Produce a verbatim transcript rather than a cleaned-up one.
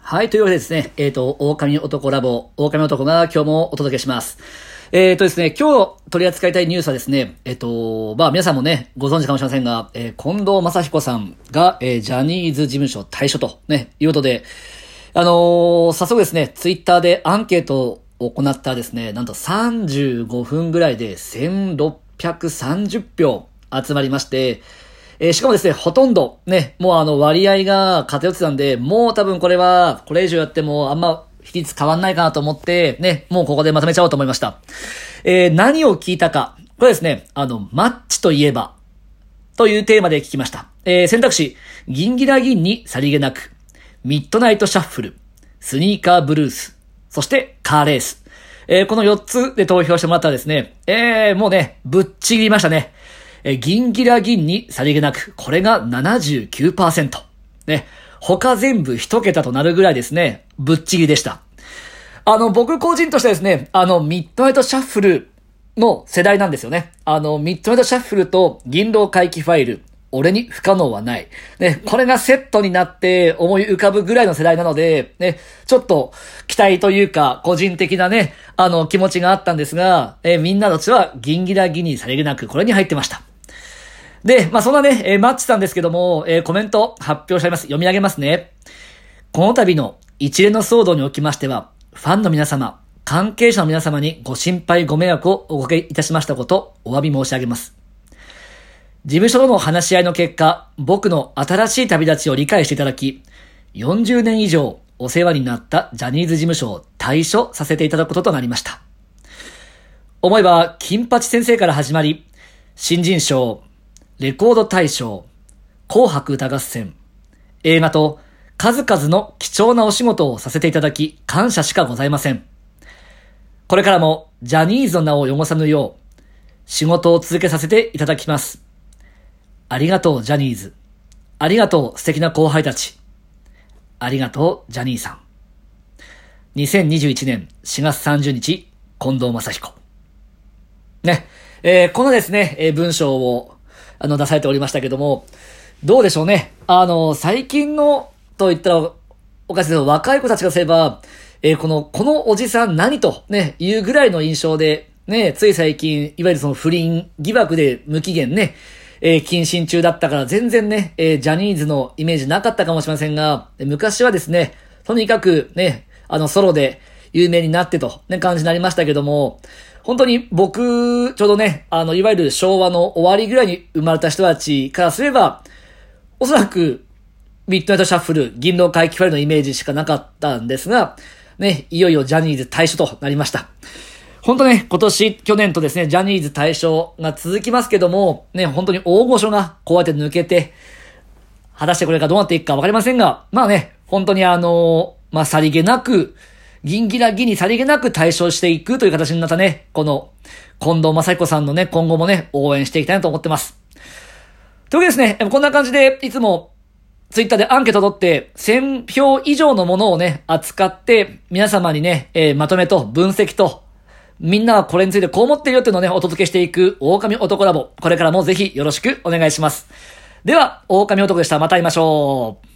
はい、というわけでですね、えっ、ー、と、狼男ラボ、狼男が今日もお届けします。えっ、ー、とですね、今日取り扱いたいニュースはですね、えっ、ー、と、まあ皆さんもね、ご存知かもしれませんが、えー、近藤正彦さんが、えー、ジャニーズ事務所退所とね、いうことで、あのー、早速ですね、ツイッターでアンケートを行ったらですね、なんとさんじゅうごふんぐらいでせんろっぴゃくさんじゅっぴょう集まりまして、えー、しかもですね、ほとんどね、もうあの割合が偏ってたんで、もう多分これは、これ以上やってもあんま比率変わんないかなと思って、ね、もうここでまとめちゃおうと思いました。えー、何を聞いたか。これですね、あの、マッチといえば、というテーマで聞きました。えー、選択肢、ギンギラギンにさりげなく、ミッドナイトシャッフル、スニーカーブルース、そしてカーレース。えー、このよっつで投票してもらったらですね、えー、もうね、ぶっちぎりましたね。えー、ギンギラギンにさりげなく、これが ななじゅうきゅうパーセント。ね、他全部一桁となるぐらいですね、ぶっちぎりでした。あの、僕個人としてはですね、あの、ミッドナイトシャッフルの世代なんですよね。あの、ミッドナイトシャッフルと銀狼回帰ファイル、俺に不可能はない。ね、これがセットになって思い浮かぶぐらいの世代なので、ね、ちょっと期待というか、個人的なね、あの、気持ちがあったんですが、えー、みんなとしてはギンギラギンにさりげなくこれに入ってました。で、まあ、そんなね、えー、マッチさんですけども、えー、コメント発表してあります。読み上げますね。この度の一連の騒動におきましては、ファンの皆様、関係者の皆様にご心配ご迷惑をおかけいたしましたこと、お詫び申し上げます。事務所との話し合いの結果、僕の新しい旅立ちを理解していただき、よんじゅうねん以上お世話になったジャニーズ事務所を退所させていただくこととなりました。思えば、金八先生から始まり、新人賞、レコード大賞、紅白歌合戦、映画と数々の貴重なお仕事をさせていただき感謝しかございません。これからもジャニーズの名を汚さぬよう仕事を続けさせていただきます。ありがとうジャニーズ。ありがとう素敵な後輩たち。ありがとうジャニーさん。にせんにじゅういちねんしがつさんじゅうにち、近藤正彦。ね、えー、このですね、えー、文章をあの出されておりましたけども、どうでしょうね。あの、最近のと言ったらおかしいけど、若い子たちがすれば、えー、この、このおじさん何とね、いうぐらいの印象で、ね、つい最近、いわゆるその不倫疑惑で無期限ね、えー、謹慎中だったから全然ね、えー、ジャニーズのイメージなかったかもしれませんが、昔はですね、とにかくね、あのソロで有名になってと、ね、感じになりましたけども、本当に僕、ちょうどね、あの、いわゆる昭和の終わりぐらいに生まれた人たちからすれば、おそらく、ミッドナイトシャッフル、銀狼回帰ファイルのイメージしかなかったんですが、ね、いよいよジャニーズ退所となりました。本当ね、今年、去年とですね、ジャニーズ退所が続きますけども、ね、本当に大御所がこうやって抜けて、果たしてこれがどうなっていくかわかりませんが、まあね、本当にあの、まあ、さりげなく、ギンギラギンにさりげなく退所していくという形になったね、この、近藤正彦さんのね、今後もね、応援していきたいなと思ってます。というわけでですね、こんな感じで、いつも、ツイッターでアンケート取って、せんひょう以上のものをね、扱って、皆様にね、えー、まとめと分析と、みんなはこれについてこう思ってるよっていうのをね、お届けしていく、狼男ラボ。これからもぜひよろしくお願いします。では、狼男でした。また会いましょう。